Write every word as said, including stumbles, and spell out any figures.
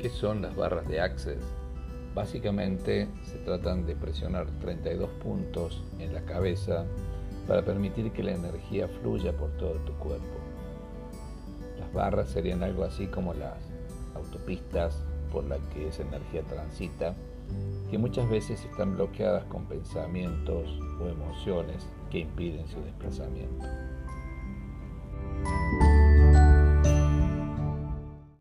¿Qué son las barras de Access? Básicamente se tratan de presionar treinta y dos puntos en la cabeza para permitir que la energía fluya por todo tu cuerpo. Las barras serían algo así como las autopistas por las que esa energía transita, que muchas veces están bloqueadas con pensamientos o emociones que impiden su desplazamiento.